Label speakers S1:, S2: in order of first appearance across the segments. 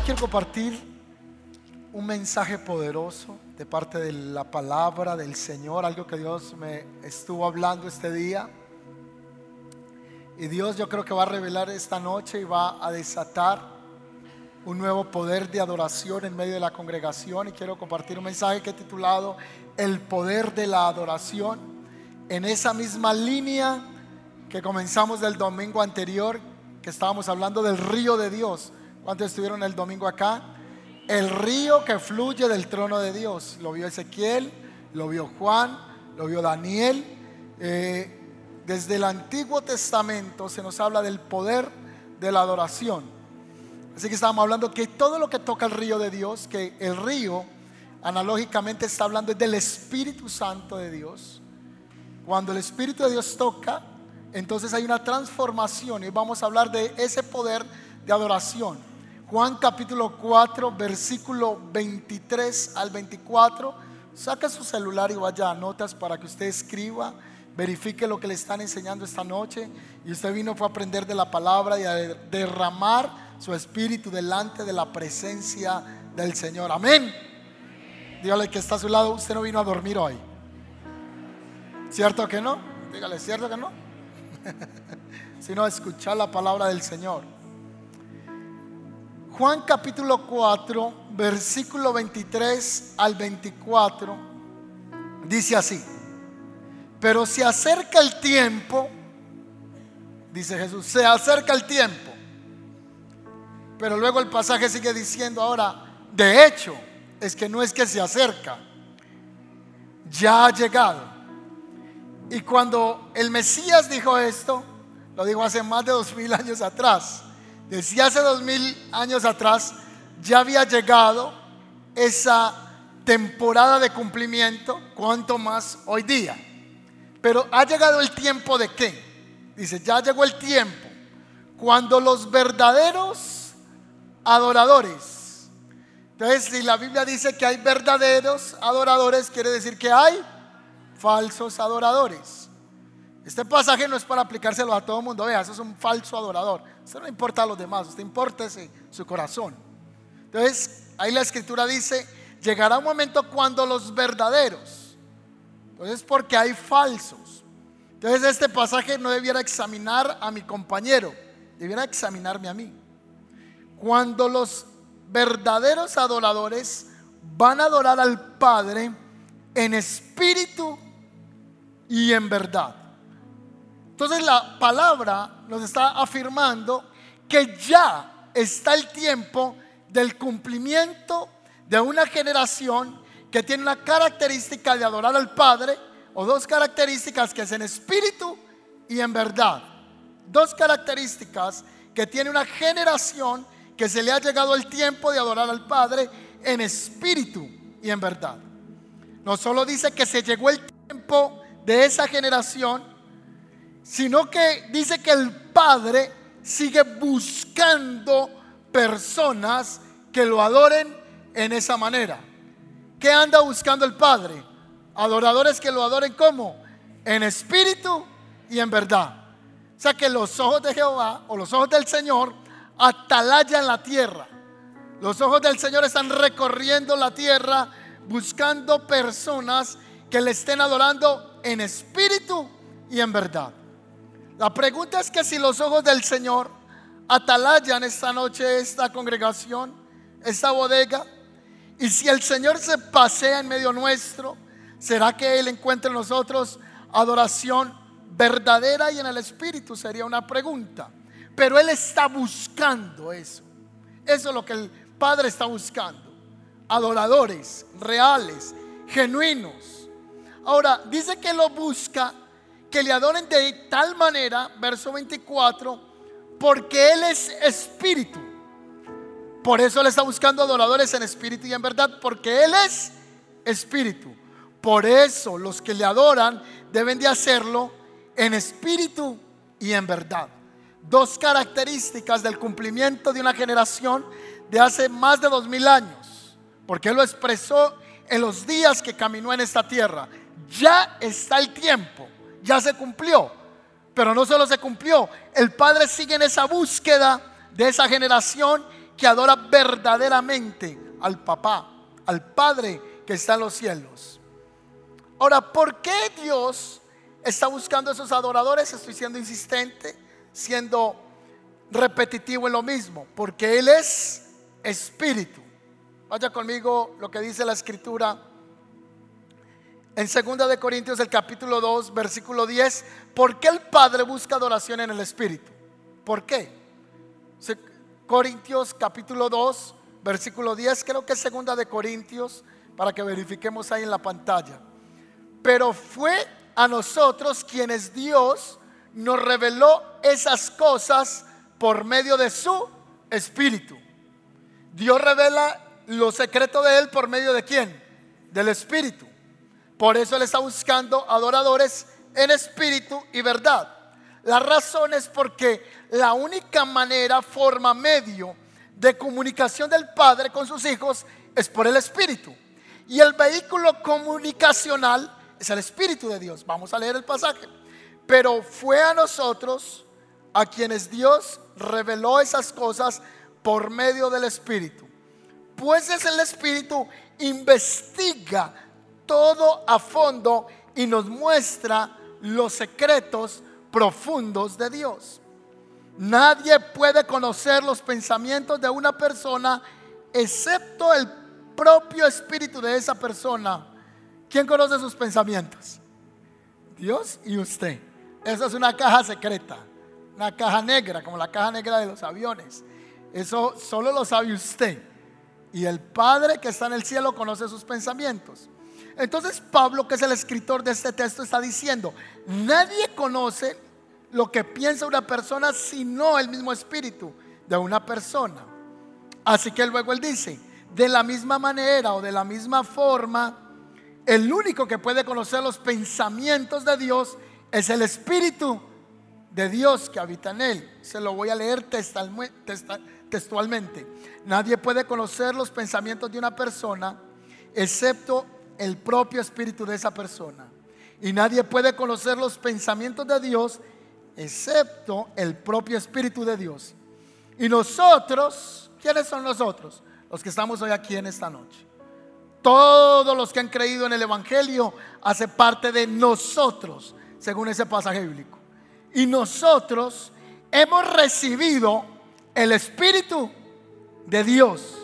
S1: quiero compartir un mensaje poderoso de parte de la palabra del Señor, algo que Dios me estuvo hablando este día. Y Dios, yo creo que va a revelar esta noche y va a desatar un nuevo poder de adoración en medio de la congregación. Y quiero compartir un mensaje que he titulado El poder de la adoración, en esa misma línea que comenzamos del domingo anterior, que estábamos hablando del río de Dios. ¿Cuántos estuvieron el domingo acá? El río que fluye del trono de Dios. Lo vio Ezequiel, lo vio Juan, lo vio Daniel. Desde el Antiguo Testamento se nos habla del poder de la adoración. Así que estábamos hablando que todo lo que toca el río de Dios, que el río analógicamente está hablando del Espíritu Santo de Dios. Cuando el Espíritu de Dios toca, entonces hay una transformación, y vamos a hablar de ese poder de adoración. Juan capítulo 4 versículo 23 al 24. Saca su celular y vaya a notas para que usted escriba, verifique lo que le están enseñando esta noche. Y usted vino fue a aprender de la palabra y a derramar su espíritu delante de la presencia del Señor. Amén. Dígale que está a su lado: usted no vino a dormir hoy. ¿Cierto que no? Dígale, ¿cierto que no? Sino a escuchar la palabra del Señor. Juan capítulo 4 versículo 23 al 24 dice así: pero se acerca el tiempo, dice Jesús, se acerca el tiempo. Pero luego el pasaje sigue diciendo: ahora, de hecho, es que no es que se acerca, ya ha llegado. Y cuando el Mesías dijo esto, lo dijo hace más de 2000 años atrás. Decía hace 2000 años atrás, ya había llegado esa temporada de cumplimiento, cuanto más hoy día. Pero ha llegado el tiempo de qué? Dice, ya llegó el tiempo cuando los verdaderos adoradores. Entonces, si la Biblia dice que hay verdaderos adoradores, quiere decir que hay falsos adoradores. Este pasaje no es para aplicárselo a todo el mundo. Vea, eso es un falso adorador. Usted no importa a los demás, usted importa su corazón. Entonces, ahí la escritura dice: llegará un momento cuando los verdaderos. Entonces, porque hay falsos. Entonces, este pasaje no debiera examinar a mi compañero, debiera examinarme a mí. Cuando los verdaderos adoradores van a adorar al Padre en espíritu y en verdad. Entonces la palabra nos está afirmando que ya está el tiempo del cumplimiento de una generación que tiene una característica de adorar al Padre, o dos características, que es en espíritu y en verdad. Dos características que tiene una generación que se le ha llegado el tiempo de adorar al Padre en espíritu y en verdad. No solo dice que se llegó el tiempo de esa generación, sino que dice que el Padre sigue buscando personas que lo adoren en esa manera. ¿Qué anda buscando el Padre? Adoradores que lo adoren ¿cómo? En espíritu y en verdad. O sea que los ojos de Jehová, o los ojos del Señor, atalayan la tierra. Los ojos del Señor están recorriendo la tierra buscando personas que le estén adorando en espíritu y en verdad. La pregunta es que si los ojos del Señor atalayan esta noche esta congregación, esta bodega, y si el Señor se pasea en medio nuestro, ¿será que Él encuentra en nosotros adoración verdadera y en el espíritu? Sería una pregunta. Pero Él está buscando eso. Eso es lo que el Padre está buscando: adoradores reales, genuinos. Ahora, dice que lo busca, que le adoren de tal manera, verso 24, porque Él es espíritu. Por eso Él está buscando adoradores en espíritu y en verdad, porque Él es espíritu. Por eso los que le adoran deben de hacerlo en espíritu y en verdad. Dos características del cumplimiento de una generación de hace más de 2000 años, porque Él lo expresó en los días que caminó en esta tierra. Ya está el tiempo, ya se cumplió. Pero no solo se cumplió, el Padre sigue en esa búsqueda de esa generación que adora verdaderamente al Papá, al Padre que está en los cielos. Ahora, ¿por qué Dios está buscando esos adoradores? Estoy siendo insistente, siendo repetitivo en lo mismo, porque Él es espíritu. Vaya conmigo lo que dice la escritura en 2 de Corintios, el capítulo 2, versículo 10. ¿Por qué el Padre busca adoración en el espíritu? ¿Por qué? Corintios capítulo 2, versículo 10. Creo que es 2 de Corintios, para que verifiquemos ahí en la pantalla. Pero fue a nosotros quienes Dios nos reveló esas cosas por medio de su espíritu. Dios revela lo secreto de Él por medio de ¿quién? Del espíritu. Por eso Él está buscando adoradores en espíritu y verdad. La razón es porque la única manera, forma, medio de comunicación del Padre con sus hijos es por el espíritu. Y el vehículo comunicacional es el espíritu de Dios. Vamos a leer el pasaje. Pero fue a nosotros a quienes Dios reveló esas cosas por medio del espíritu. Pues es el espíritu investiga todo a fondo y nos muestra los secretos profundos de Dios. Nadie puede conocer los pensamientos de una persona excepto el propio espíritu de esa persona. ¿Quién conoce sus pensamientos? Dios y usted. Eso es una caja secreta, una caja negra, como la caja negra de los aviones. Eso solo lo sabe usted. Y el Padre que está en el cielo conoce sus pensamientos. Entonces Pablo, que es el escritor de este texto, está diciendo: nadie conoce lo que piensa una persona sino el mismo espíritu de una persona. Así que luego él dice: de la misma manera o de la misma forma, el único que puede conocer los pensamientos de Dios es el espíritu de Dios que habita en él. Se lo voy a leer textualmente. Nadie puede conocer los pensamientos de una persona excepto el propio espíritu de esa persona. Y nadie puede conocer los pensamientos de Dios excepto el propio espíritu de Dios. Y nosotros, ¿quiénes son nosotros? Los que estamos hoy aquí en esta noche. Todos los que han creído en el evangelio hace parte de nosotros, según ese pasaje bíblico. Y nosotros hemos recibido el espíritu de Dios,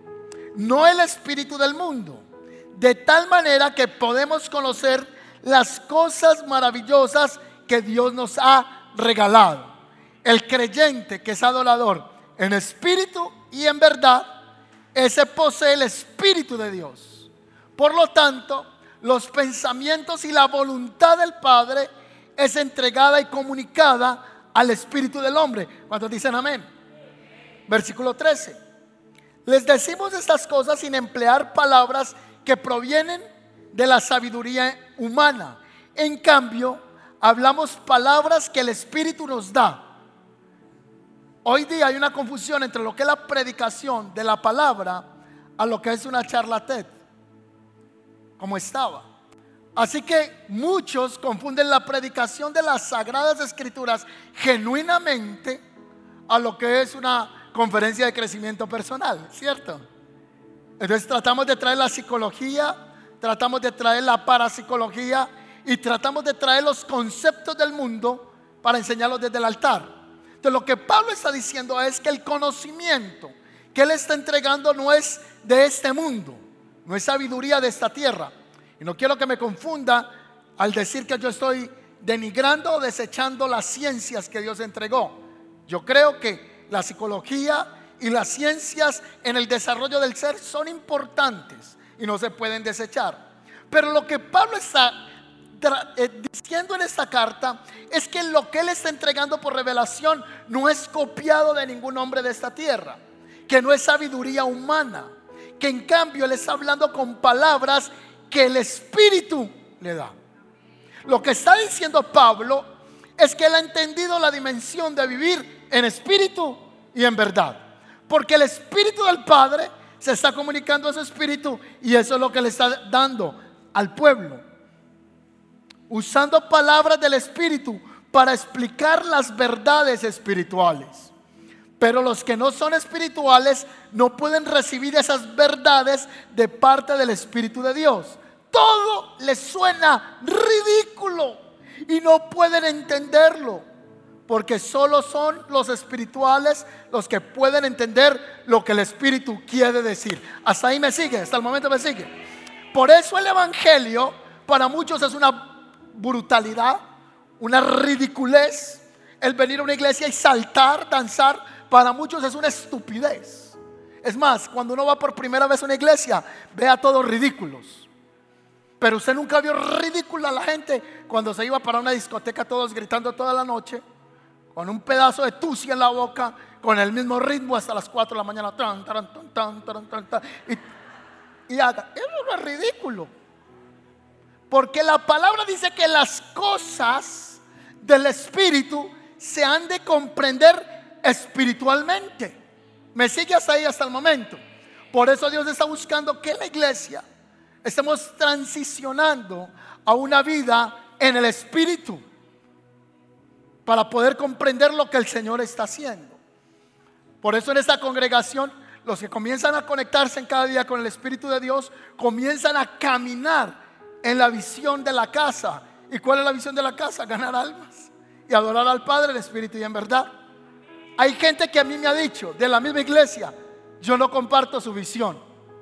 S1: no el espíritu del mundo, de tal manera que podemos conocer las cosas maravillosas que Dios nos ha regalado. El creyente que es adorador en espíritu y en verdad, ese posee el espíritu de Dios. Por lo tanto, los pensamientos y la voluntad del Padre es entregada y comunicada al espíritu del hombre. ¿Cuántos dicen amén? Versículo 13. Les decimos estas cosas sin emplear palabras que provienen de la sabiduría humana. En cambio, hablamos palabras que el Espíritu nos da. Hoy día hay una confusión entre lo que es la predicación de la palabra a lo que es una charla TED, como estaba. Así que muchos confunden la predicación de las Sagradas Escrituras genuinamente a lo que es una conferencia de crecimiento personal, ¿cierto? Entonces tratamos de traer la psicología, tratamos de traer la parapsicología y tratamos de traer los conceptos del mundo para enseñarlos desde el altar. Entonces lo que Pablo está diciendo es que el conocimiento que él está entregando no es de este mundo, no es sabiduría de esta tierra. Y no quiero que me confunda al decir que yo estoy denigrando o desechando las ciencias que Dios entregó. Yo creo que la psicología y las ciencias en el desarrollo del ser son importantes y no se pueden desechar. Pero lo que Pablo está diciendo en esta carta es que lo que él está entregando por revelación no es copiado de ningún hombre de esta tierra, que no es sabiduría humana, que en cambio él está hablando con palabras que el Espíritu le da. Lo que está diciendo Pablo es que él ha entendido la dimensión de vivir en espíritu y en verdad, porque el Espíritu del Padre se está comunicando a su espíritu y eso es lo que le está dando al pueblo, usando palabras del Espíritu para explicar las verdades espirituales. Pero los que no son espirituales no pueden recibir esas verdades de parte del Espíritu de Dios. Todo les suena ridículo y no pueden entenderlo, porque solo son los espirituales los que pueden entender lo que el Espíritu quiere decir. Hasta ahí me sigue, hasta el momento me sigue. Por eso el Evangelio para muchos es una brutalidad, una ridiculez. El venir a una iglesia y saltar, danzar, para muchos es una estupidez. Es más, cuando uno va por primera vez a una iglesia, ve a todos ridículos. Pero usted nunca vio ridícula a la gente cuando se iba para una discoteca, todos gritando toda la noche, con un pedazo de tusi en la boca, con el mismo ritmo hasta las 4 de la mañana. Y haga, eso no es ridículo. Porque la palabra dice que las cosas del Espíritu se han de comprender espiritualmente. ¿Me sigue hasta ahí, hasta el momento? Por eso Dios está buscando que la iglesia estemos transicionando a una vida en el Espíritu, para poder comprender lo que el Señor está haciendo. Por eso en esta congregación, los que comienzan a conectarse en cada día con el Espíritu de Dios, comienzan a caminar en la visión de la casa. ¿Y cuál es la visión de la casa? Ganar almas y adorar al Padre, el Espíritu y en verdad. Hay gente que a mí me ha dicho, de la misma iglesia, yo no comparto su visión.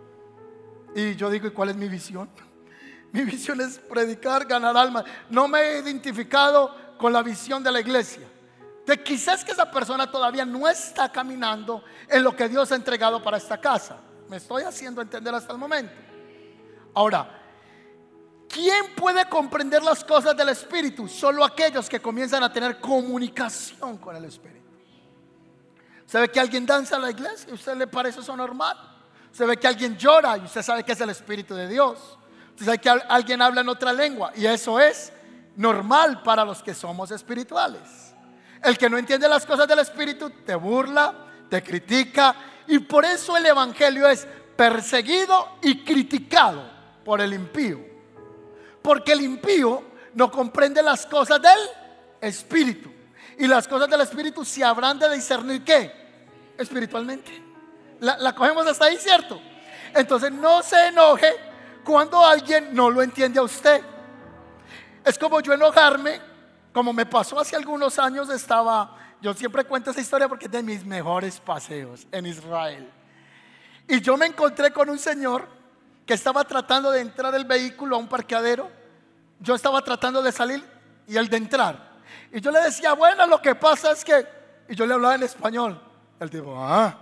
S1: Y yo digo, ¿y cuál es mi visión? Mi visión es predicar, ganar almas. No me he identificado con la visión de la iglesia. De quizás que esa persona todavía no está caminando en lo que Dios ha entregado para esta casa. Me estoy haciendo entender hasta el momento. Ahora, ¿quién puede comprender las cosas del Espíritu? Solo aquellos que comienzan a tener comunicación con el Espíritu. Usted ve que alguien danza en la iglesia y a usted le parece eso normal. Usted ve que alguien llora y usted sabe que es el Espíritu de Dios. Usted sabe que alguien habla en otra lengua y eso es normal para los que somos espirituales. El que no entiende las cosas del Espíritu te burla, te critica, y por eso el Evangelio es perseguido y criticado por el impío. Porque el impío no comprende las cosas del Espíritu, y las cosas del Espíritu se habrán de discernir ¿qué? Espiritualmente. La cogemos hasta ahí, ¿cierto? Entonces no se enoje cuando alguien no lo entiende a usted. Es como yo enojarme, como me pasó hace algunos años. Yo siempre cuento esa historia porque es de mis mejores paseos en Israel. Y yo me encontré con un señor que estaba tratando de entrar el vehículo a un parqueadero. Yo estaba tratando de salir y él de entrar. Y yo le decía, bueno, lo que pasa es que... Y yo le hablaba en español. Él dijo,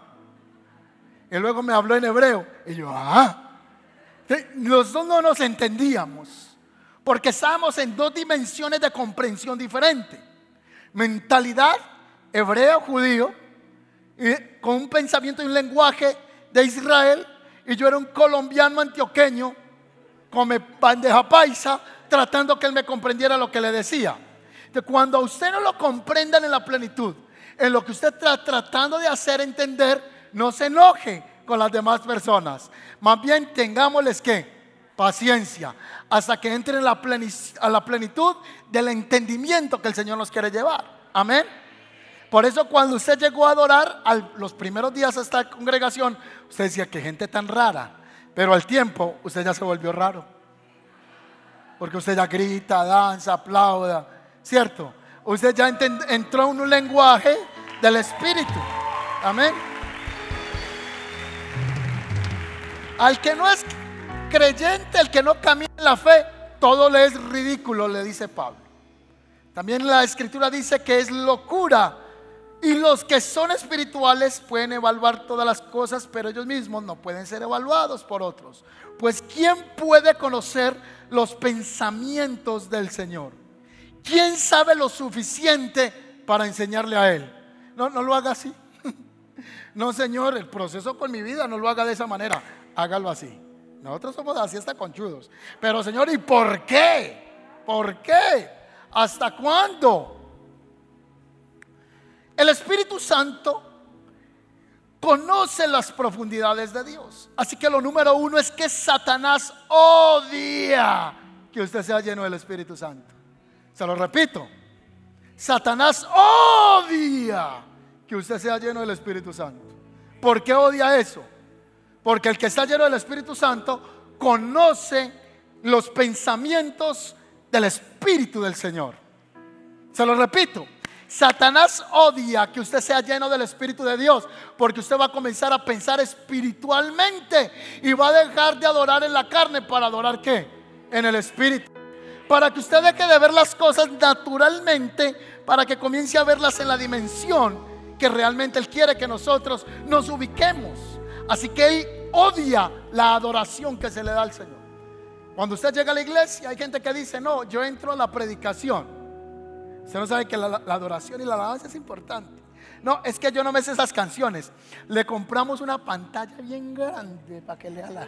S1: Y luego me habló en hebreo. Y yo, Los dos no nos entendíamos. Porque estábamos en dos dimensiones de comprensión diferentes. Mentalidad hebreo, judío, y con un pensamiento y un lenguaje de Israel. Y yo era un colombiano antioqueño, come bandeja paisa, tratando que él me comprendiera lo que le decía. Entonces, cuando a usted no lo comprendan en la plenitud, en lo que usted está tratando de hacer entender, no se enoje con las demás personas. Más bien tengámosles ¿qué? Paciencia, hasta que entren a la plenitud del entendimiento que el Señor nos quiere llevar. Amén. Por eso cuando usted llegó a adorar los primeros días a esta congregación, usted decía, qué gente tan rara. Pero al tiempo usted ya se volvió raro, porque usted ya grita, danza, aplauda, ¿cierto? Usted ya entró en un lenguaje del Espíritu. Amén. Al que no es creyente, el que no camina en la fe, todo le es ridículo, le dice Pablo. También la Escritura dice que es locura. Y los que son espirituales pueden evaluar todas las cosas, pero ellos mismos no pueden ser evaluados por otros. Pues ¿quién puede conocer los pensamientos del Señor? ¿Quién sabe lo suficiente para enseñarle a Él? No lo haga así. No, Señor, el proceso con mi vida no lo haga de esa manera. Hágalo así. Nosotros somos así hasta conchudos. Pero Señor, ¿y por qué? ¿Por qué? ¿Hasta cuándo? El Espíritu Santo conoce las profundidades de Dios. Así que lo número uno es que Satanás odia que usted sea lleno del Espíritu Santo. Se lo repito. Satanás odia que usted sea lleno del Espíritu Santo. ¿Por qué odia eso? Porque el que está lleno del Espíritu Santo conoce los pensamientos del Espíritu del Señor. Se lo repito, Satanás odia que usted sea lleno del Espíritu de Dios, porque usted va a comenzar a pensar espiritualmente y va a dejar de adorar en la carne para adorar ¿qué? En el Espíritu. Para que usted deje de ver las cosas naturalmente, para que comience a verlas en la dimensión que realmente Él quiere que nosotros nos ubiquemos. Así que Él odia la adoración que se le da al Señor. Cuando usted llega a la iglesia, hay gente que dice: no, yo entro a la predicación. Usted no sabe que la adoración y la alabanza es importante. No, es que yo no me sé esas canciones. Le compramos una pantalla bien grande para que lea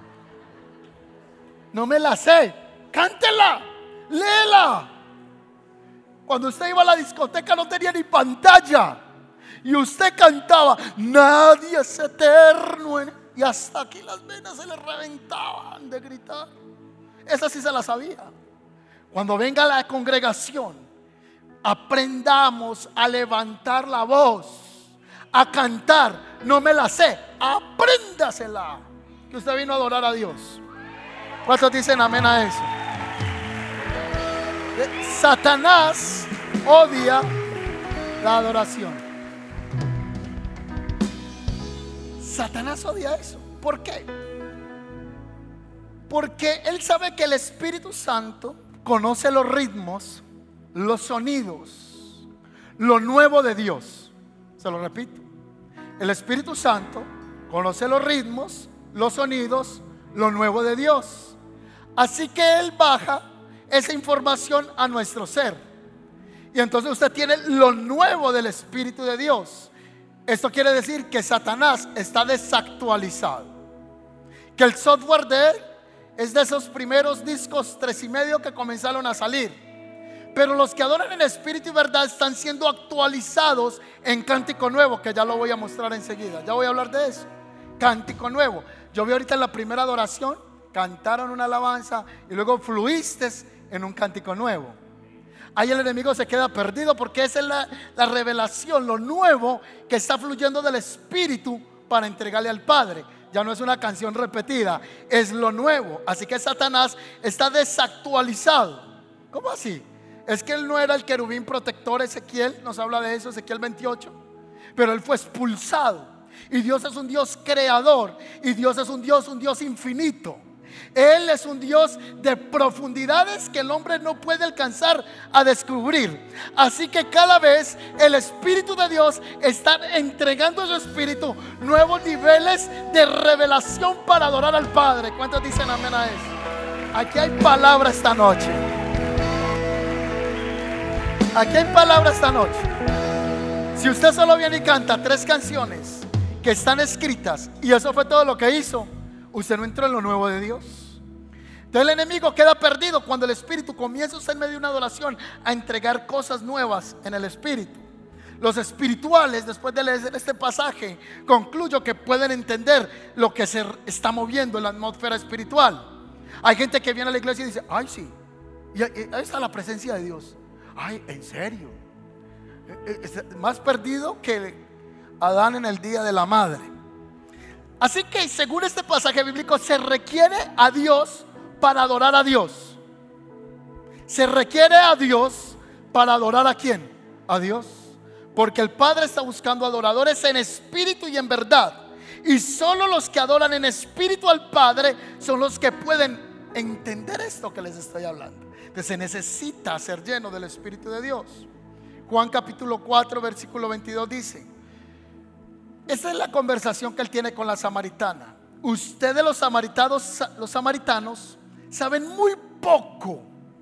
S1: No me la sé. Cántela, léela. Cuando usted iba a la discoteca no tenía ni pantalla y usted cantaba: nadie es eterno, y hasta aquí las venas se le reventaban de gritar. Esa sí se la sabía. Cuando venga la congregación, aprendamos a levantar la voz, a cantar. No me la sé, apréndasela, que usted vino a adorar a Dios. ¿Cuántos dicen amén a eso? Satanás odia la adoración. Satanás odia eso. ¿Por qué? Porque él sabe que el Espíritu Santo conoce los ritmos, los sonidos, lo nuevo de Dios. Se lo repito, el Espíritu Santo conoce los ritmos, los sonidos, lo nuevo de Dios. Así que Él baja esa información a nuestro ser, y entonces usted tiene lo nuevo del Espíritu de Dios. Esto quiere decir que Satanás está desactualizado, que el software de él es de esos primeros discos 3.5 que comenzaron a salir. Pero los que adoran en espíritu y verdad están siendo actualizados en cántico nuevo, que ya lo voy a mostrar enseguida. Ya voy a hablar de eso. Cántico nuevo. Yo vi ahorita en la primera adoración, cantaron una alabanza y luego fluiste en un cántico nuevo. Ahí el enemigo se queda perdido, porque esa es la revelación, lo nuevo que está fluyendo del Espíritu para entregarle al Padre. Ya no es una canción repetida, es lo nuevo. Así que Satanás está desactualizado. ¿Cómo así? Es que él no era el querubín protector. Ezequiel nos habla de eso, Ezequiel 28. Pero él fue expulsado. Y Dios es un Dios creador, y Dios es un Dios infinito. Él es un Dios de profundidades que el hombre no puede alcanzar a descubrir. Así que cada vez el Espíritu de Dios está entregando a su Espíritu nuevos niveles de revelación para adorar al Padre. ¿Cuántos dicen amén a eso? Aquí hay palabra esta noche. Aquí hay palabra esta noche. Si usted solo viene y canta 3 canciones que están escritas y eso fue todo lo que hizo, usted no entró en lo nuevo de Dios. Entonces el enemigo queda perdido cuando el Espíritu comienza usted en medio de una adoración a entregar cosas nuevas en el Espíritu. Los espirituales, después de leer este pasaje, concluyo que pueden entender lo que se está moviendo en la atmósfera espiritual. Hay gente que viene a la iglesia y dice: ay, sí, y ahí está la presencia de Dios. Ay, en serio, más perdido que Adán en el día de la madre. Así que según este pasaje bíblico, se requiere a Dios para adorar a Dios. Se requiere a Dios para adorar ¿a quién? A Dios. Porque el Padre está buscando adoradores en espíritu y en verdad. Y solo los que adoran en espíritu al Padre son los que pueden entender esto que les estoy hablando. Entonces se necesita ser lleno del Espíritu de Dios. Juan capítulo 4 versículo 22 dice: esa es la conversación que él tiene con la samaritana. Ustedes los samaritanos saben muy poco.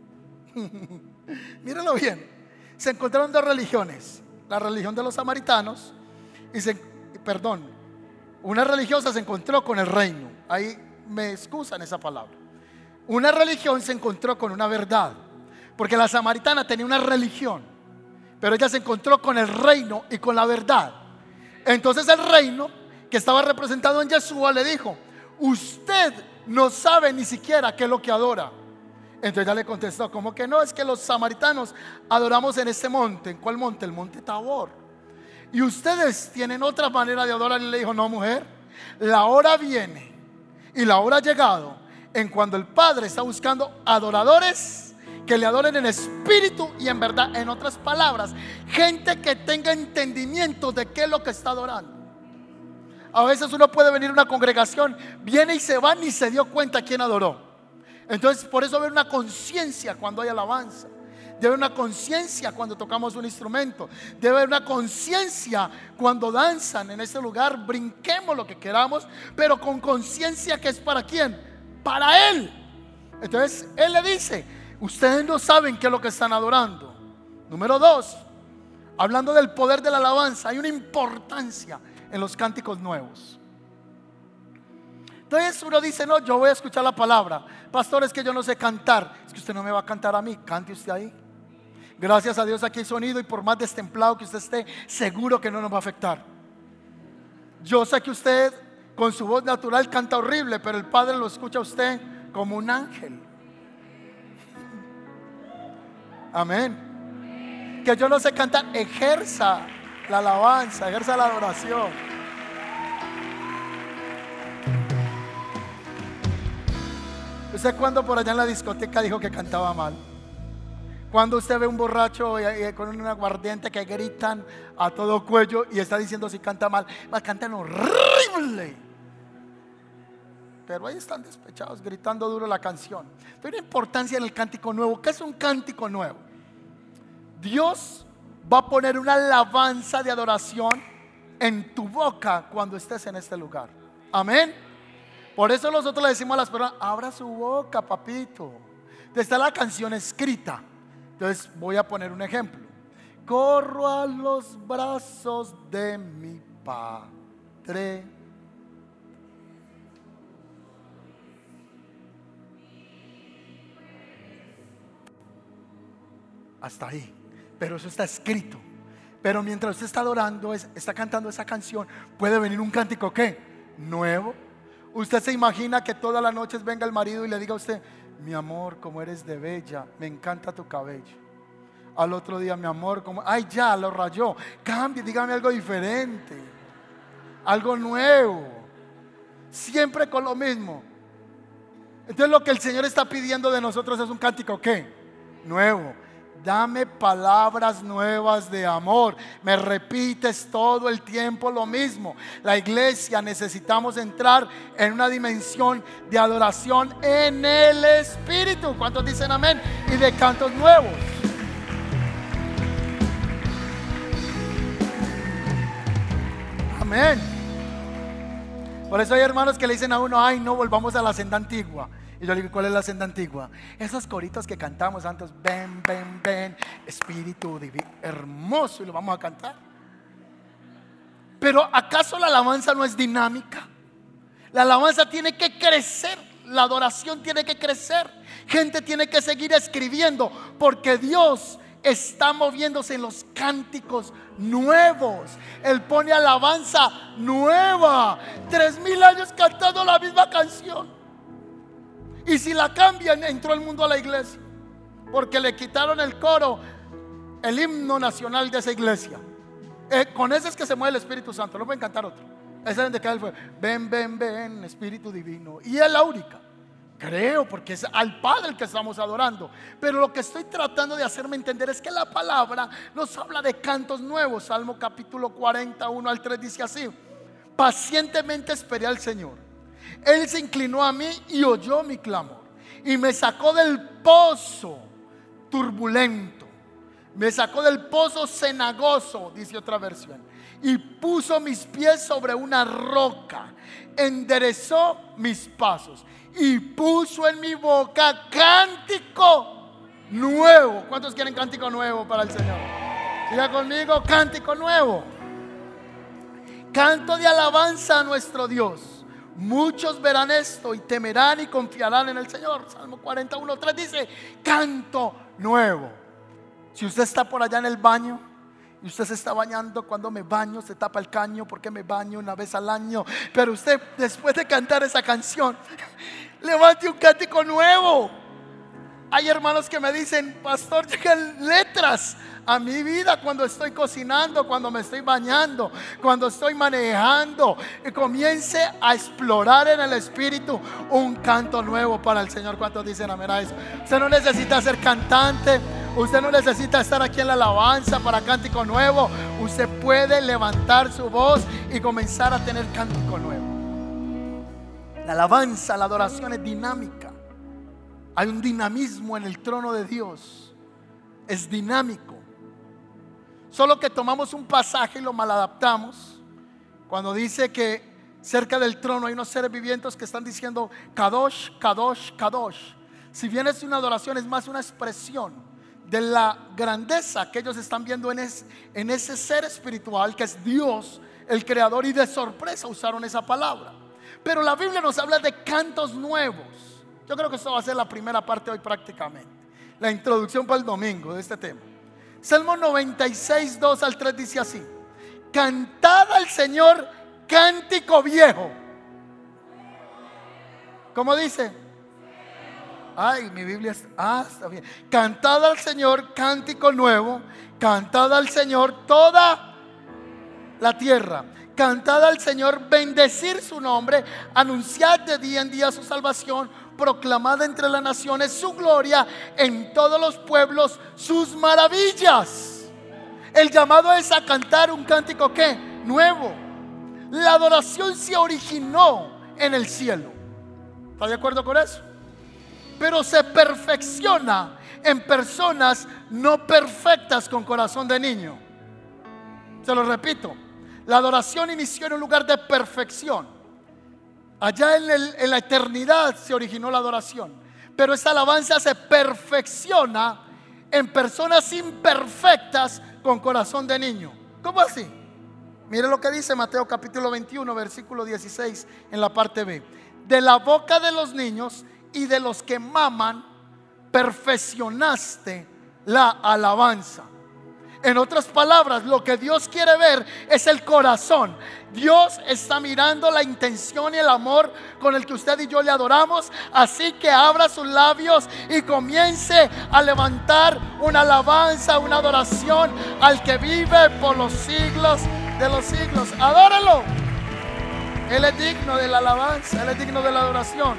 S1: Mírenlo bien. Se encontraron 2 religiones: la religión de los samaritanos una religiosa se encontró con el reino. Ahí me excusan esa palabra. Una religión se encontró con una verdad, porque la samaritana tenía una religión, pero ella se encontró con el reino y con la verdad. Entonces el reino, que estaba representado en Yeshua, le dijo: usted no sabe ni siquiera qué es lo que adora. Entonces ella le contestó: ¿cómo que no? Es que los samaritanos adoramos en este monte. ¿En cuál monte? El monte Tabor. y ustedes tienen otra manera de adorar. Y le dijo: no, mujer, la hora viene y la hora ha llegado en cuando el Padre está buscando adoradores que le adoren en espíritu y en verdad. En otras palabras, gente que tenga entendimiento de qué es lo que está adorando. A veces uno puede venir a una congregación, viene y se va, ni se dio cuenta quién adoró. Entonces por eso debe haber una conciencia cuando hay alabanza. Debe haber una conciencia cuando tocamos un instrumento. Debe haber una conciencia cuando danzan en ese lugar. Brinquemos lo que queramos, pero con conciencia que es para quién, para Él. Entonces Él le dice: ustedes no saben qué es lo que están adorando. Número 2, hablando del poder de la alabanza, hay una importancia en los cánticos nuevos. Entonces uno dice: no, yo voy a escuchar la palabra. Pastor, es que yo no sé cantar. Es que usted no me va a cantar a mí, cante usted ahí. Gracias a Dios aquí hay sonido, y por más destemplado que usted esté, seguro que no nos va a afectar. Yo sé que usted con su voz natural canta horrible, pero el Padre lo escucha a usted como un ángel. Amén. Que yo no sé cantar, ejerza la alabanza, ejerza la adoración. ¿Usted cuándo por allá en la discoteca dijo que cantaba mal? Cuando usted ve un borracho con un aguardiente que gritan a todo cuello y está diciendo si canta mal, cantan horrible, pero ahí están despechados gritando duro la canción. Hay una importancia en el cántico nuevo. ¿Qué es un cántico nuevo? Dios va a poner una alabanza de adoración en tu boca cuando estés en este lugar. Amén. Por eso nosotros le decimos a las personas: abra su boca, papito. Está la canción escrita. Entonces voy a poner un ejemplo. Corro a los brazos de mi Padre. Hasta ahí. Pero eso está escrito. Pero mientras usted está adorando, está cantando esa canción, puede venir un cántico ¿qué? Nuevo. Usted se imagina que todas las noches venga el marido y le diga a usted: mi amor, como eres de bella, me encanta tu cabello. Al otro día: mi amor, como, ay, ya lo rayó, cambie, dígame algo diferente, algo nuevo, siempre con lo mismo. Entonces lo que el Señor está pidiendo de nosotros es un cántico ¿qué? Nuevo. Dame palabras nuevas de amor. Me repites todo el tiempo lo mismo. La iglesia necesitamos entrar en una dimensión de adoración en el Espíritu. ¿Cuántos dicen amén? Y de cantos nuevos. Amén. Por eso hay hermanos que le dicen a uno: ay, no, volvamos a la senda antigua. Y yo le digo: ¿cuál es la senda antigua? Esos coritos que cantamos antes, ven, ven, ven, Espíritu divino, hermoso, y lo vamos a cantar. Pero ¿acaso la alabanza no es dinámica? La alabanza tiene que crecer, la adoración tiene que crecer. Gente tiene que seguir escribiendo, porque Dios está moviéndose en los cánticos nuevos. Él pone alabanza nueva. 3000 años cantando la misma canción. Y si la cambian, entró el mundo a la iglesia, porque le quitaron el coro, el himno nacional de esa iglesia. Con ese es que se mueve el Espíritu Santo. No pueden cantar otro. Ese es donde cae el fuego. Ven, ven, ven, Espíritu divino. Y es la única, creo, porque es al Padre el que estamos adorando. Pero lo que estoy tratando de hacerme entender es que la palabra nos habla de cantos nuevos. Salmo capítulo 41 al 3 dice así: pacientemente esperé al Señor. Él se inclinó a mí y oyó mi clamor, y me sacó del pozo turbulento, me sacó del pozo cenagoso, dice otra versión, y puso mis pies sobre una roca, enderezó mis pasos y puso en mi boca cántico nuevo. ¿Cuántos quieren cántico nuevo para el Señor? Diga conmigo: cántico nuevo. Canto de alabanza a nuestro Dios. Muchos verán esto y temerán y confiarán en el Señor. Salmo 41:3 dice: canto nuevo. Si usted está por allá en el baño y usted se está bañando, cuando me baño se tapa el caño porque me baño una vez al año. Pero usted, después de cantar esa canción, levante un cántico nuevo. Hay hermanos que me dicen: pastor, llegan letras a mi vida cuando estoy cocinando, cuando me estoy bañando, cuando estoy manejando. Y comience a explorar en el Espíritu un canto nuevo para el Señor. ¿Cuántos dicen amén a eso? Usted no necesita ser cantante, usted no necesita estar aquí en la alabanza para cántico nuevo. Usted puede levantar su voz y comenzar a tener cántico nuevo. La alabanza, la adoración es dinámica. Hay un dinamismo en el trono de Dios. Es dinámico. Solo que tomamos un pasaje y lo maladaptamos. Cuando dice que cerca del trono hay unos seres vivientes que están diciendo Kadosh, Kadosh, Kadosh. Si bien es una adoración, es más una expresión de la grandeza que ellos están viendo en ese ser espiritual que es Dios, el creador. Y de sorpresa usaron esa palabra. Pero la Biblia nos habla de cantos nuevos. Yo creo que esto va a ser la primera parte hoy prácticamente. La introducción para el domingo de este tema. Salmo 96, 2 al 3 dice así: cantad al Señor cántico viejo. ¿Cómo dice? Ay, mi Biblia está bien. Cantad al Señor cántico nuevo. Cantad al Señor toda la tierra. Cantad al Señor, bendecir su nombre. Anunciad de día en día su salvación. Proclamad entre las naciones su gloria, en todos los pueblos sus maravillas. El llamado es a cantar un cántico ¿qué? Nuevo. La adoración se originó en el cielo. ¿Está de acuerdo con eso? Pero se perfecciona en personas no perfectas con corazón de niño. Se lo repito. La adoración inició en un lugar de perfección. Allá en la eternidad se originó la adoración. Pero esta alabanza se perfecciona en personas imperfectas con corazón de niño. ¿Cómo así? Mire lo que dice Mateo capítulo 21 versículo 16 en la parte B. De la boca de los niños y de los que maman perfeccionaste la alabanza. En otras palabras, lo que Dios quiere ver es el corazón. Dios está mirando la intención y el amor con el que usted y yo le adoramos. Así que abra sus labios y comience a levantar una alabanza, una adoración al que vive por los siglos de los siglos. Adóralo. Él es digno de la alabanza, Él es digno de la adoración.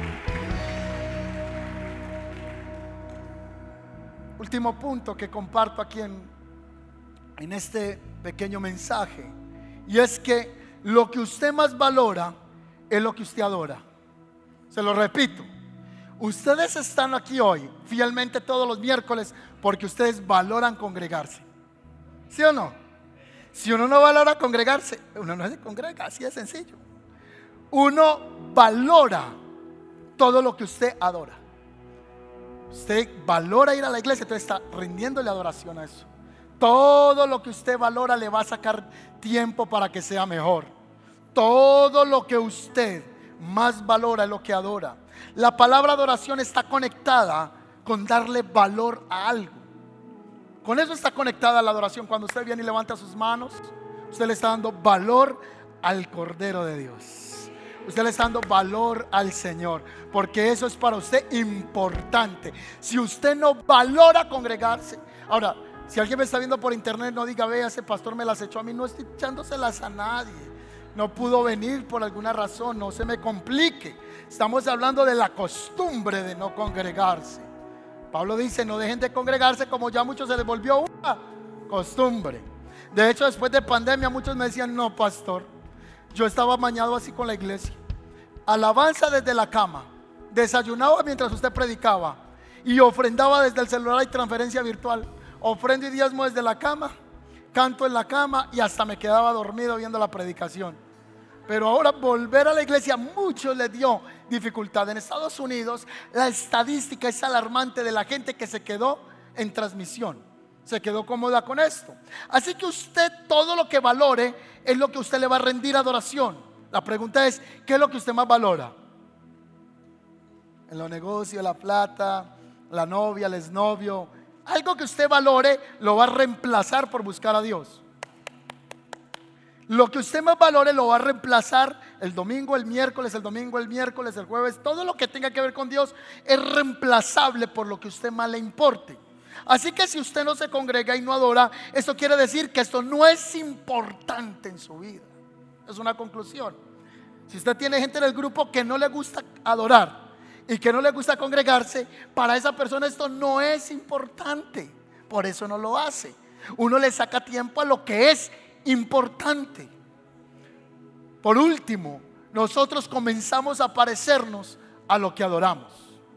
S1: Último punto que comparto aquí en este pequeño mensaje, y es que lo que usted más valora es lo que usted adora. Se lo repito, ustedes están aquí hoy fielmente todos los miércoles porque ustedes valoran congregarse. ¿Sí o no? Si uno no valora congregarse, uno no se congrega, así de sencillo. Uno valora todo lo que usted adora. Usted valora ir a la iglesia, entonces está rindiéndole adoración a eso. Todo lo que usted valora le va a sacar tiempo para que sea mejor. Todo lo que usted más valora es lo que adora. La palabra adoración está conectada con darle valor a algo. Con eso está conectada la adoración. Cuando usted viene y levanta sus manos, usted le está dando valor al Cordero de Dios. Usted le está dando valor al Señor, porque eso es para usted importante. Si usted no valora congregarse. Ahora, si alguien me está viendo por internet, no diga: vea, ese pastor me las echó a mí. No estoy echándoselas a nadie. No pudo venir por alguna razón, no se me complique. Estamos hablando de la costumbre de no congregarse. Pablo dice: no dejen de congregarse, como ya muchos se les volvió una costumbre. De hecho, después de pandemia, muchos me decían: no, pastor, yo estaba amañado así con la iglesia. Alabanza desde la cama, desayunaba mientras usted predicaba y ofrendaba desde el celular y transferencia virtual. Ofrendo y diezmo desde la cama, canto en la cama y hasta me quedaba dormido viendo la predicación. Pero ahora volver a la iglesia mucho les dio dificultad. En Estados Unidos la estadística es alarmante de la gente que se quedó en transmisión. Se quedó cómoda con esto. Así que usted, todo lo que valore es lo que usted le va a rendir adoración. La pregunta es: ¿qué es lo que usted más valora? En los negocios, la plata, la novia, el exnovio. Algo que usted valore lo va a reemplazar por buscar a Dios. Lo que usted más valore lo va a reemplazar el domingo, el miércoles, el domingo, el miércoles, el jueves. Todo lo que tenga que ver con Dios es reemplazable por lo que a usted más le importe. Así que si usted no se congrega y no adora, esto quiere decir que esto no es importante en su vida. Es una conclusión. Si usted tiene gente en el grupo que no le gusta adorar y que no le gusta congregarse, para esa persona esto no es importante. Por eso no lo hace. Uno le saca tiempo a lo que es importante. Por último, nosotros comenzamos a parecernos a lo que adoramos.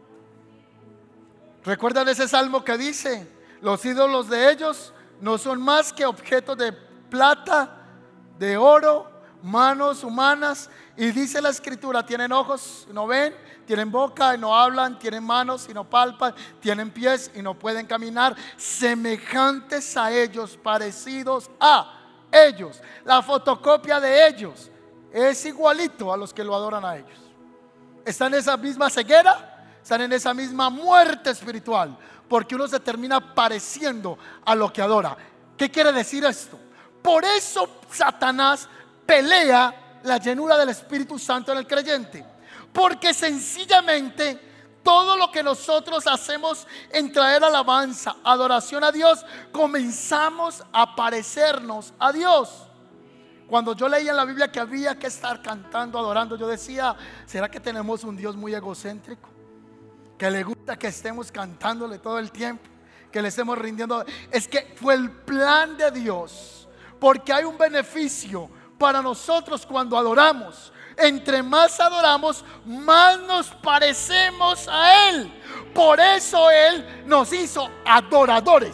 S1: ¿Recuerdan ese salmo que dice: los ídolos de ellos no son más que objetos de plata, de oro, manos humanas? Y dice la escritura: tienen ojos y no ven, tienen boca y no hablan, tienen manos y no palpan, tienen pies y no pueden caminar, semejantes a ellos, parecidos a ellos. La fotocopia de ellos es igualito a los que lo adoran a ellos. Están en esa misma ceguera, están en esa misma muerte espiritual, porque uno se termina pareciendo a lo que adora. ¿Qué quiere decir esto? Por eso Satanás pelea la llenura del Espíritu Santo en el creyente, porque sencillamente todo lo que nosotros hacemos en traer alabanza, adoración a Dios, comenzamos a parecernos a Dios. Cuando yo leía en la Biblia que había que estar cantando, adorando, yo decía: ¿será que tenemos un Dios muy egocéntrico? Que le gusta que estemos cantándole todo el tiempo, que le estemos rindiendo. Es que fue el plan de Dios, porque hay un beneficio para nosotros cuando adoramos. Entre más adoramos, más nos parecemos a Él. Por eso Él nos hizo adoradores.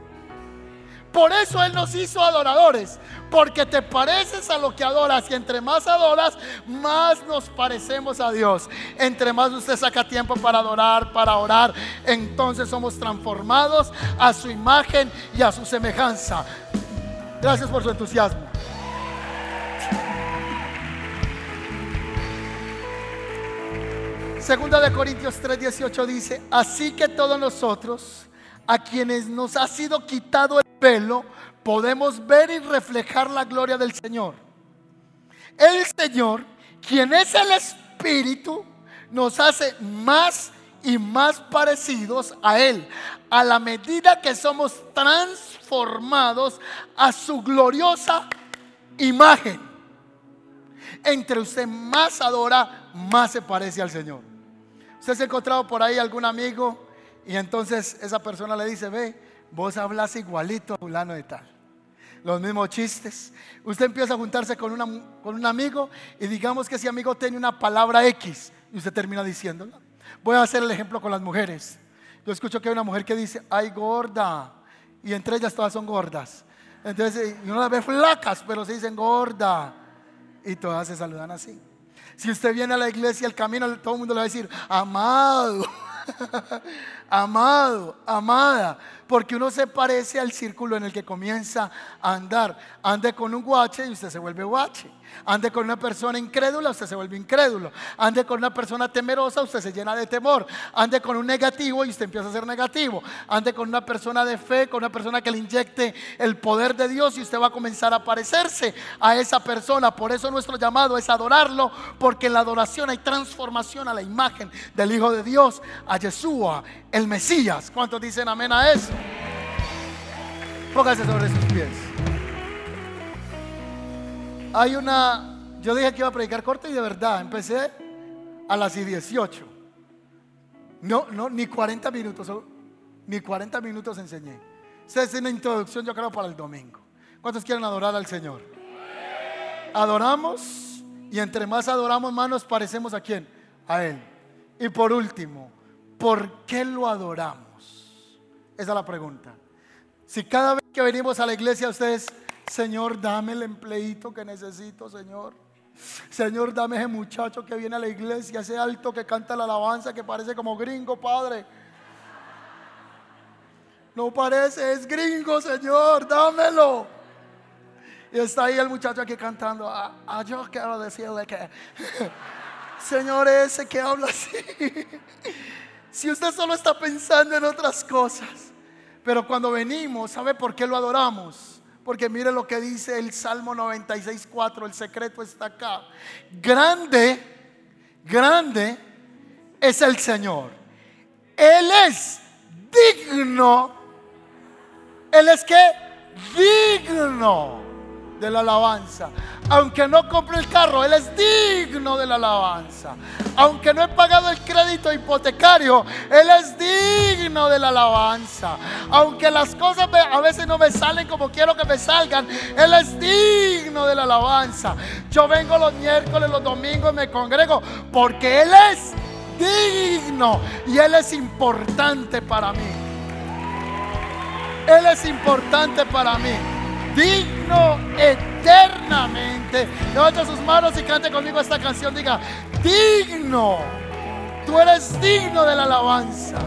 S1: Por eso Él nos hizo adoradores, porque te pareces a lo que adoras. Y entre más adoras, más nos parecemos a Dios. Entre más usted saca tiempo para adorar, para orar, entonces somos transformados a su imagen y a su semejanza. Gracias por su entusiasmo. Segunda de Corintios 3:18 dice: así que todos nosotros, a quienes nos ha sido quitado el velo, podemos ver y reflejar la gloria del Señor. El Señor, quien es el Espíritu, nos hace más y más parecidos a Él, a la medida que somos transformados a su gloriosa imagen. Entre usted más adora, más se parece al Señor. Usted se ha encontrado por ahí algún amigo y entonces esa persona le dice: ve, vos hablas igualito a fulano de tal, los mismos chistes. Usted empieza a juntarse con un amigo y digamos que ese amigo tiene una palabra X y usted termina diciéndola. Voy a hacer el ejemplo con las mujeres. Yo escucho que hay una mujer que dice: ay, gorda, y entre ellas todas son gordas. Entonces uno las ve flacas, pero se dicen gorda, y todas se saludan así. Si usted viene a la iglesia, al camino, todo el mundo le va a decir: amado, amado, amada, porque uno se parece al círculo en el que comienza a andar. Ande con un guache y usted se vuelve guache. Ande con una persona incrédula, usted se vuelve incrédulo. Ande con una persona temerosa, usted se llena de temor. Ande con un negativo y usted empieza a ser negativo. Ande con una persona de fe, con una persona que le inyecte el poder de Dios, y usted va a comenzar a parecerse a esa persona. Por eso nuestro llamado es adorarlo, porque en la adoración hay transformación a la imagen del Hijo de Dios, a Yeshua, el Mesías. ¿Cuántos dicen amén a eso? Póngase sobre sus pies. Yo dije que iba a predicar corto y de verdad empecé a las 18. No, ni 40 minutos, ni 40 minutos enseñé. Esta es una introducción, yo creo, para el domingo. ¿Cuántos quieren adorar al Señor? Adoramos, y entre más adoramos, más nos parecemos ¿a quién? A Él. Y por último, ¿por qué lo adoramos? Esa es la pregunta. Si cada vez que venimos a la iglesia ustedes: Señor, dame el empleito que necesito, Señor. Señor, dame ese muchacho que viene a la iglesia, ese alto que canta la alabanza, que parece como gringo, Padre. No parece, es gringo, Señor, dámelo. Y está ahí el muchacho aquí cantando. Yo quiero decirle que Señor, ese que habla así. Si usted solo está pensando en otras cosas. Pero cuando venimos, ¿sabe por qué lo adoramos? Porque mire lo que dice el Salmo 96:4. El secreto está acá. Grande, grande es el Señor. Él es digno. Él es que digno de la alabanza. Aunque no compre el carro, Él es digno de la alabanza. Aunque no he pagado el crédito hipotecario, Él es digno de la alabanza. Aunque las cosas a veces no me salen como quiero que me salgan, Él es digno de la alabanza. Yo vengo los miércoles, los domingos y me congrego porque Él es digno y Él es importante para mí. Él es importante para mí. Digno eternamente. Levanta sus manos y cante conmigo esta canción. Diga: digno. Tú eres digno de la alabanza.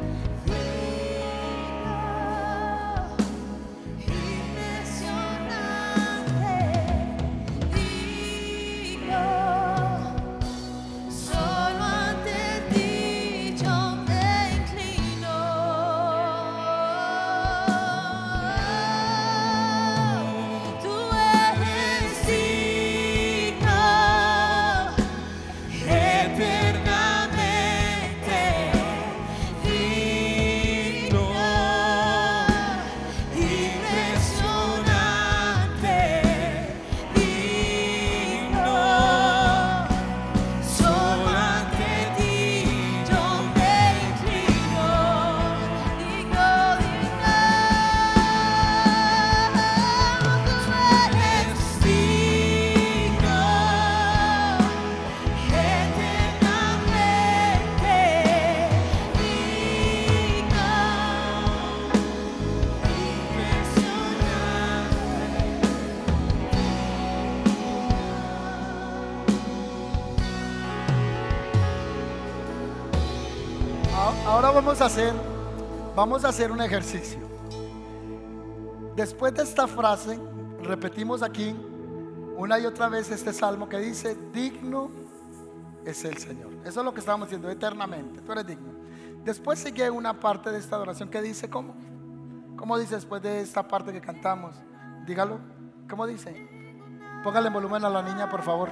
S1: Ahora vamos a hacer un ejercicio. Después de esta frase, repetimos aquí una y otra vez este salmo que dice: digno es el Señor. Eso es lo que estábamos diciendo, eternamente. Tú eres digno. Después sigue una parte de esta adoración que dice: ¿cómo? ¿Cómo dice después de esta parte que cantamos? Dígalo. ¿Cómo dice? Póngale volumen a la niña, por favor.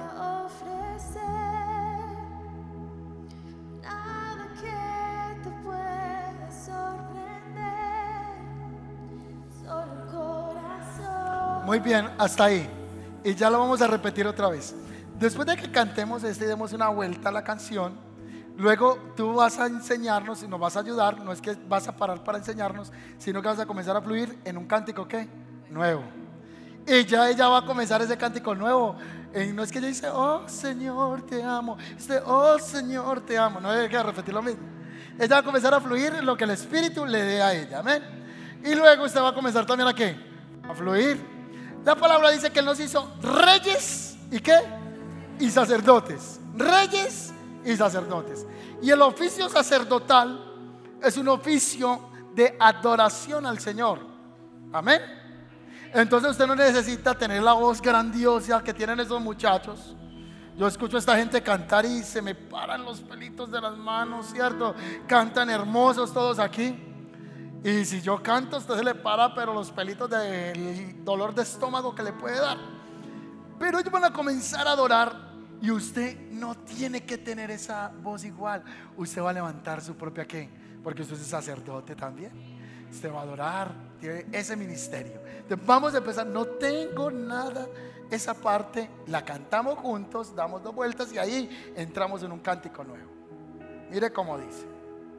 S1: Muy bien, hasta ahí. Y ya lo vamos a repetir otra vez. Después de que cantemos y demos una vuelta a la canción, luego tú vas a enseñarnos y nos vas a ayudar. No es que vas a parar para enseñarnos, sino que vas a comenzar a fluir en un cántico ¿qué? Nuevo. Y ya ella va a comenzar ese cántico nuevo. No es que ella dice: oh Señor te amo, oh Señor te amo. No hay que repetir lo mismo. Ella va a comenzar a fluir en lo que el Espíritu le dé a ella. Amén. Y luego usted va a comenzar también a ¿qué? A fluir. La palabra dice que Él nos hizo reyes y ¿qué? Y sacerdotes. Reyes y sacerdotes. Y el oficio sacerdotal es un oficio de adoración al Señor. Amén. Entonces usted no necesita tener la voz grandiosa que tienen esos muchachos. Yo escucho a esta gente cantar y se me paran los pelitos de las manos, ¿cierto? Cantan hermosos todos aquí. Y si yo canto, a usted se le para, pero los pelitos del dolor de estómago que le puede dar. Pero ellos van a comenzar a adorar y usted no tiene que tener esa voz igual. Usted va a levantar su propia ¿qué? Porque usted es sacerdote también. Usted va a adorar, tiene ese ministerio. Entonces vamos a empezar. No tengo nada. Esa parte la cantamos juntos, damos 2 vueltas y ahí entramos en un cántico nuevo. Mire cómo dice: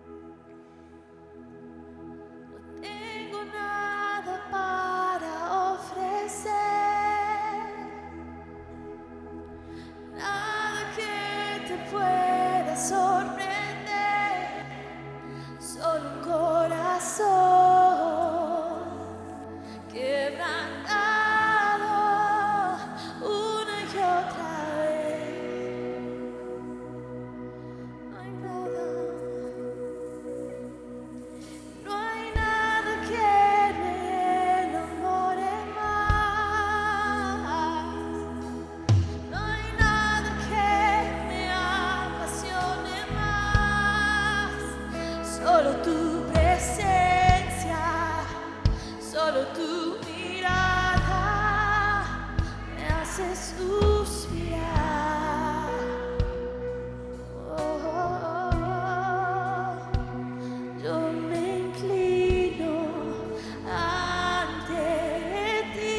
S2: para ofrecer, nada que te pueda sorprender, solo un corazón quebrantado una y otra vez. No hay nada. hace suspirar. Yo me inclino ante ti,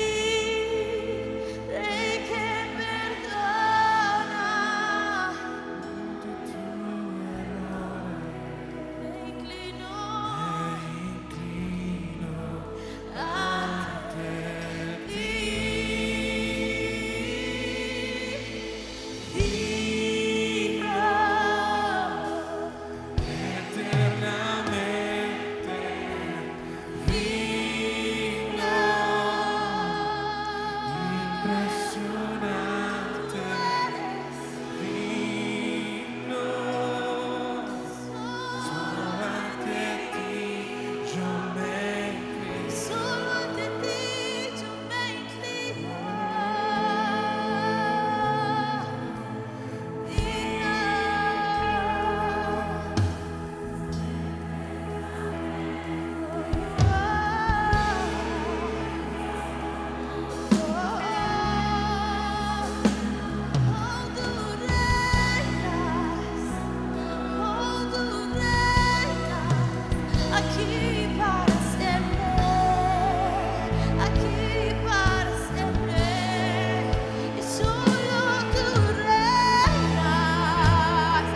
S2: Rey que perdona. Me inclino ante ti. Solo ante ti yo me inclino. Aquí para siempre, aquí para siempre, y solo tú reinas,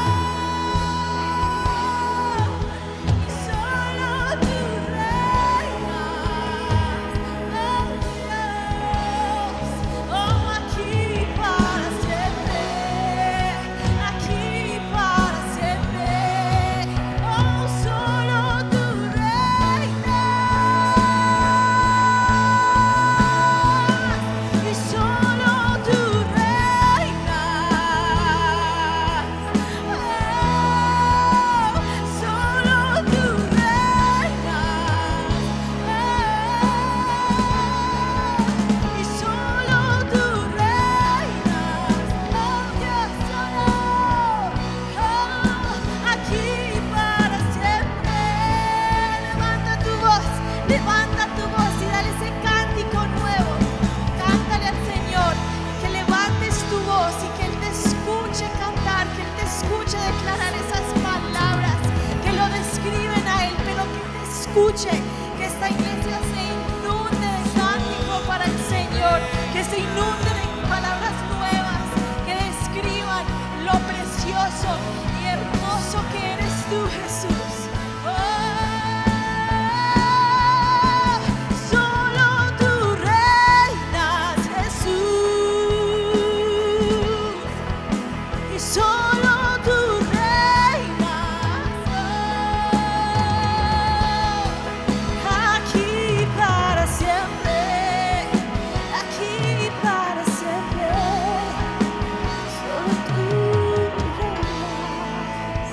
S2: y solo tú reinas, oh Dios, oh aquí para siempre, aquí para siempre, oh solo tú reinas, y solo tú reinas, solo tú reinas, y solo tú reinas, oh Dios, solo, aquí para siempre. Levanta tu voz y dale ese cántico nuevo. Cántale al Señor, que levantes tu voz y que Él te escuche cantar, que Él te escuche declarar esas palabras que lo describen a Él, pero que te escuche, que esta iglesia se inunde de cántico para el Señor, que se inunde de palabras nuevas que describan lo precioso y hermoso que eres tú, Jesús. Solo tú reinas, Jesús, y solo tú reinas, aquí para siempre, aquí para siempre, solo tú reinas.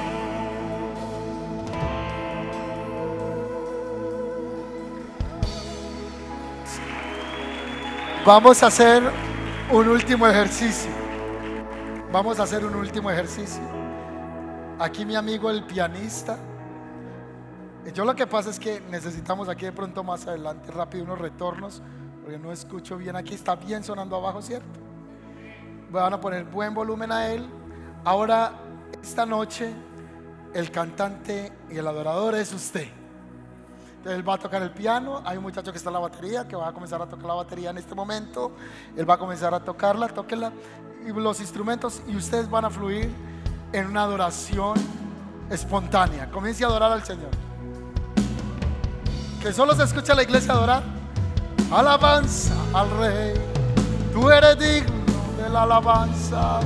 S1: Vamos a hacer un último ejercicio. Vamos a hacer un último ejercicio. Aquí mi amigo el pianista. Yo lo que pasa es que necesitamos aquí de pronto más adelante rápido unos retornos, porque no escucho bien. Aquí está bien sonando abajo, ¿cierto? Van a poner buen volumen a él. Ahora, esta noche, el cantante y el adorador es usted. Entonces, él va a tocar el piano. Hay un muchacho que está en la batería, que va a comenzar a tocar la batería en este momento. Él va a comenzar a tocarla, tóquela, y los instrumentos, y ustedes van a fluir en una adoración espontánea. Comience a adorar al Señor. Que solo se escucha a la iglesia adorar. Alabanza al Rey, tú eres digno de la alabanza.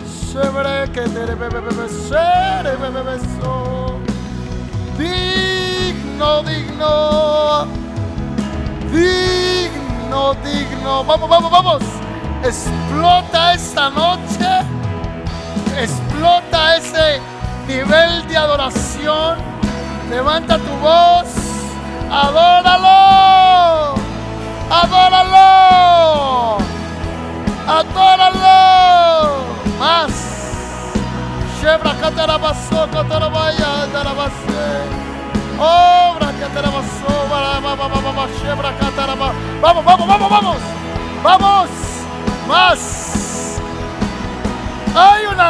S1: Digno, digno, digno, digno. Vamos, vamos, vamos. Explota esta noche. Explota ese nivel de adoración. Levanta tu voz. Adóralo. Adóralo. Adóralo. Más. Shebra catarabaso, catarabaya, tarabase. Obra catarabaso, shebra cataraba. Vamos, vamos, vamos, vamos. Vamos.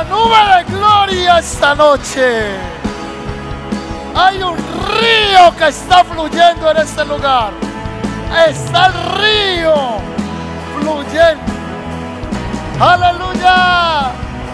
S1: una nube de gloria esta noche. Hay un río que está fluyendo en este lugar. Está el río fluyendo. Aleluya.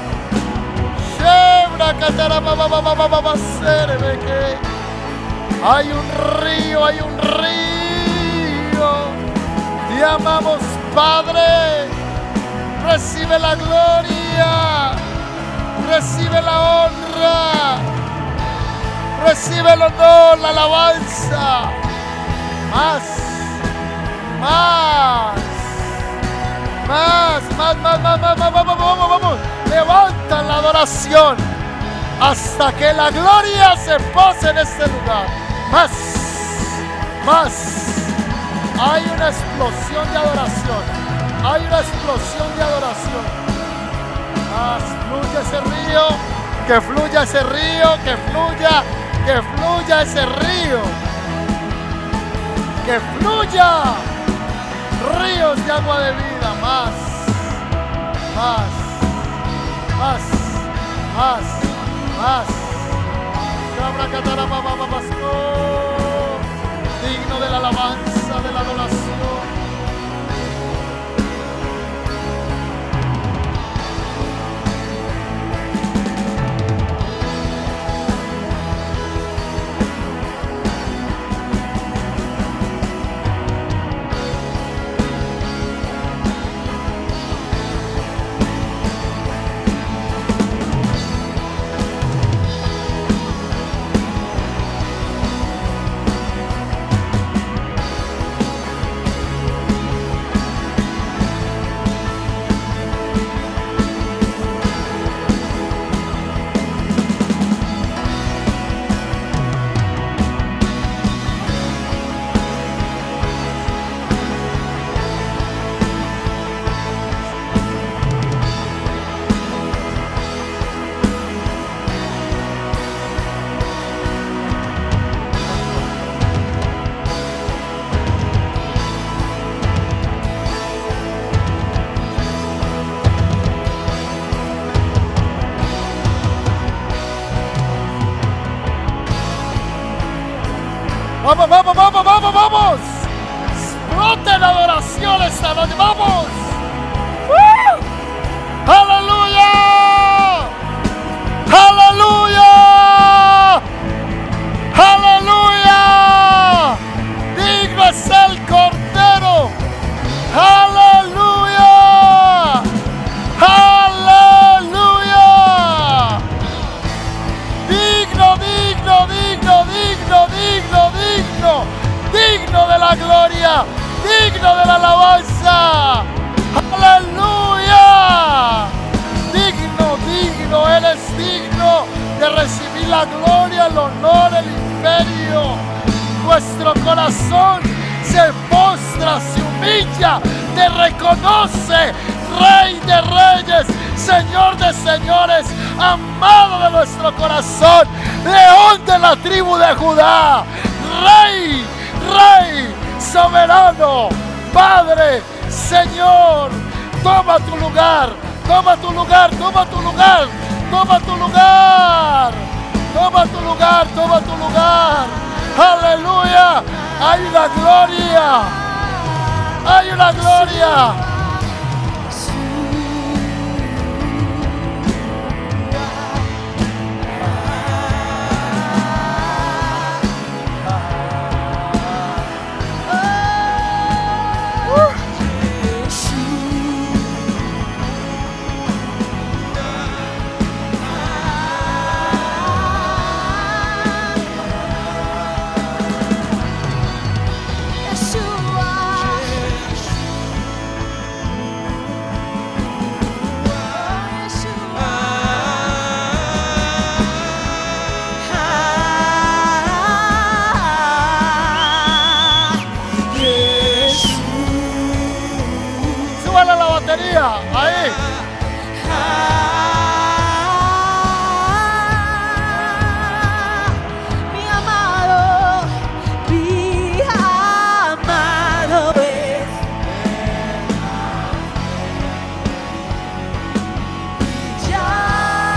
S1: Hay un río, hay un río. Te amamos, Padre. Recibe la gloria, recibe la honra, recibe el honor, la alabanza. Más, vamos. Levanta la adoración hasta que la gloria se pose en este lugar. Más. Hay una explosión de adoración. Hay una explosión de adoración. Más, fluye ese río, que fluya ese río, que fluya ese río. Que fluya ríos de agua de vida. Más. Digno de la alabanza, de la adoración. Vamos. Explote la adoración esta noche. Vamos. Aleluya. Digno es el Cordero. Aleluya. Digno de la gloria, digno de la alabanza. Aleluya. Digno, Él es digno de recibir la gloria, el honor, el imperio. Nuestro corazón se postra, se humilla, te reconoce, Rey de reyes, Señor de señores, amado de nuestro corazón, León de la tribu de Judá, Rey, soberano, Padre, Señor. Toma tu lugar. Aleluya. Hay una gloria. Ahí.
S2: Mi amado es. Ya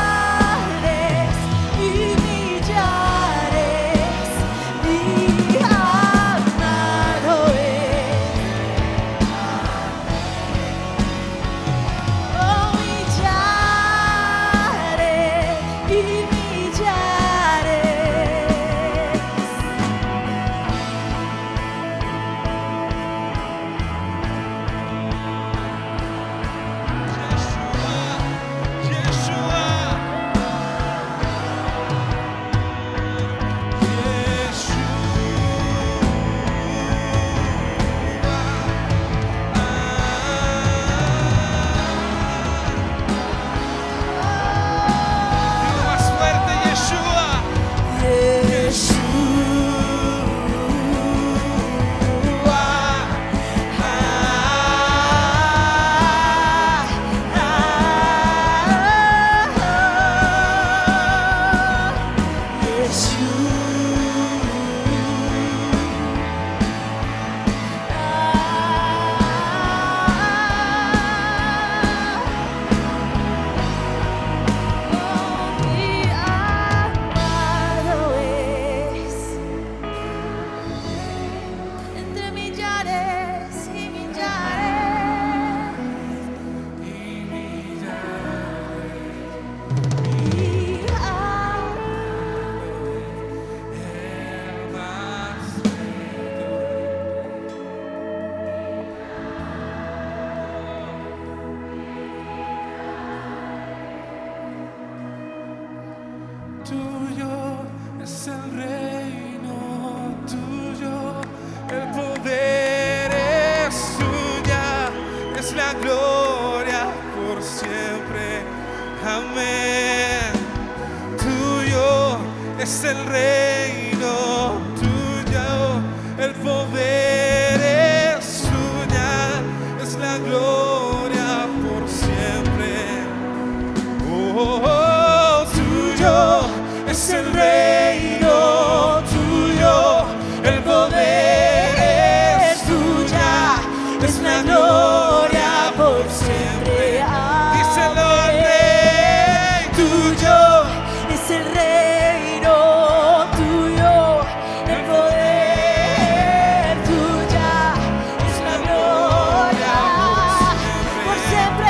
S3: es el reino tuyo, el poder es suya, es la gloria por siempre. Amén. Tuyo es el reino tuyo, el poder es suya, es la gloria por siempre. Oh, oh, tuyo es el reino tuyo, el poder es tuya, es la gloria por siempre. Díselo al Rey, tuyo
S2: es el reino tuyo, el poder tuya, es la gloria por siempre.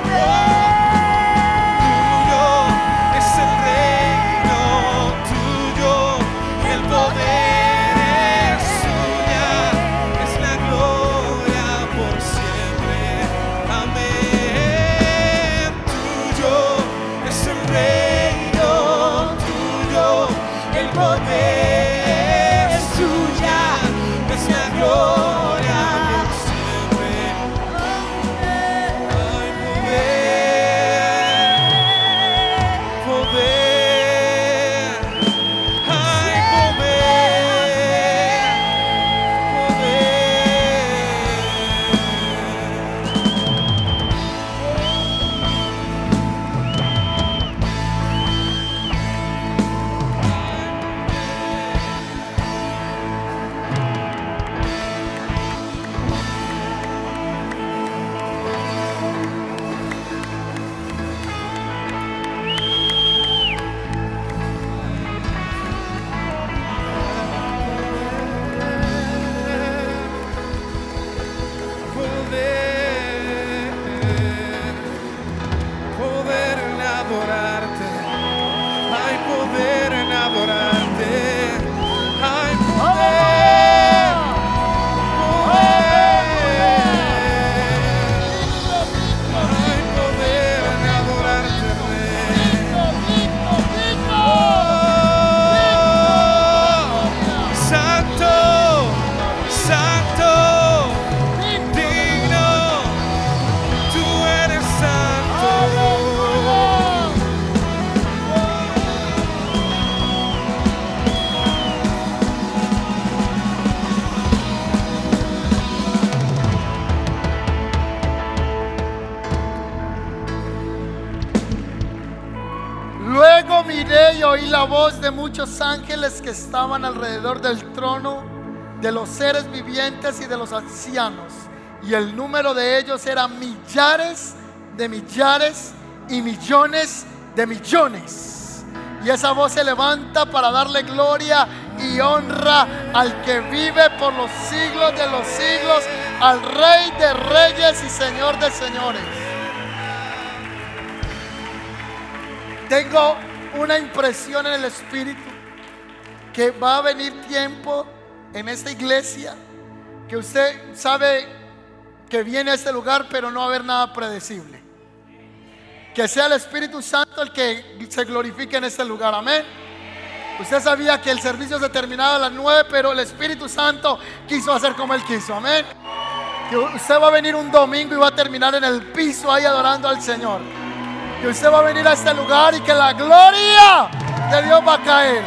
S1: Luego miré y oí la voz de muchos ángeles que estaban alrededor del trono, de los seres vivientes y de los ancianos, y el número de ellos era millares de millares y millones de millones. Y esa voz se levanta para darle gloria y honra al que vive por los siglos de los siglos, al Rey de reyes y Señor de señores. Tengo una impresión en el espíritu que va a venir tiempo en esta iglesia que usted sabe que viene a este lugar, pero no va a haber nada predecible. Que sea el Espíritu Santo el que se glorifique en este lugar, amén. Usted sabía que el servicio se terminaba a las 9, pero el Espíritu Santo quiso hacer como Él quiso, amén. Que usted va a venir un domingo y va a terminar en el piso ahí adorando al Señor. Que usted va a venir a este lugar y que la gloria de Dios va a caer.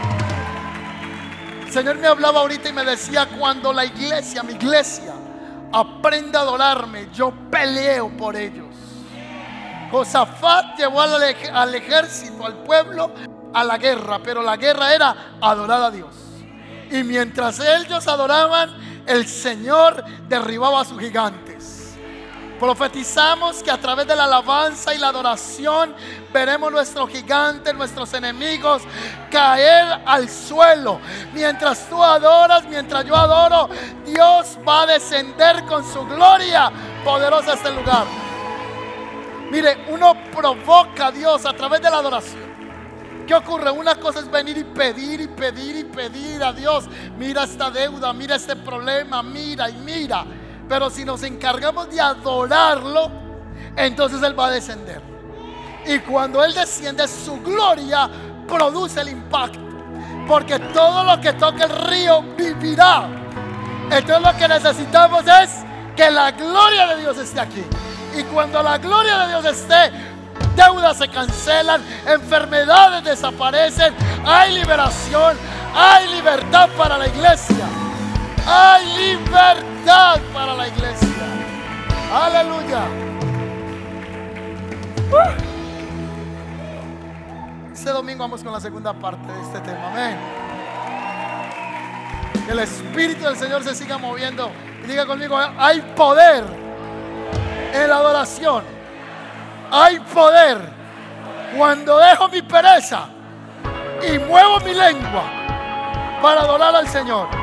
S1: El Señor me hablaba ahorita y me decía: cuando la iglesia, mi iglesia, aprenda a adorarme, yo peleo por ellos. Josafat llevó al ejército, al pueblo, a la guerra, pero la guerra era adorar a Dios. Y mientras ellos adoraban, el Señor derribaba a sus gigantes. Profetizamos que a través de la alabanza y la adoración veremos nuestros gigantes, nuestros enemigos caer al suelo. Mientras tú adoras, mientras yo adoro, Dios va a descender con su gloria poderosa a este lugar. Mire, uno provoca a Dios a través de la adoración. ¿Qué ocurre? Una cosa es venir y pedir y pedir y pedir a Dios: mira esta deuda, mira este problema, mira y mira. Pero si nos encargamos de adorarlo, entonces Él va a descender. Y cuando Él desciende, su gloria produce el impacto. porque todo lo que toque el río vivirá. Entonces lo que necesitamos es que la gloria de Dios esté aquí. Y cuando la gloria de Dios esté, deudas se cancelan, enfermedades desaparecen, hay liberación, hay libertad para la iglesia. Hay libertad para la iglesia. Aleluya. Este domingo vamos con la segunda parte de este tema. Amén. Que el Espíritu del Señor se siga moviendo. Y diga conmigo: hay poder en la adoración. Hay poder cuando dejo mi pereza y muevo mi lengua para adorar al Señor.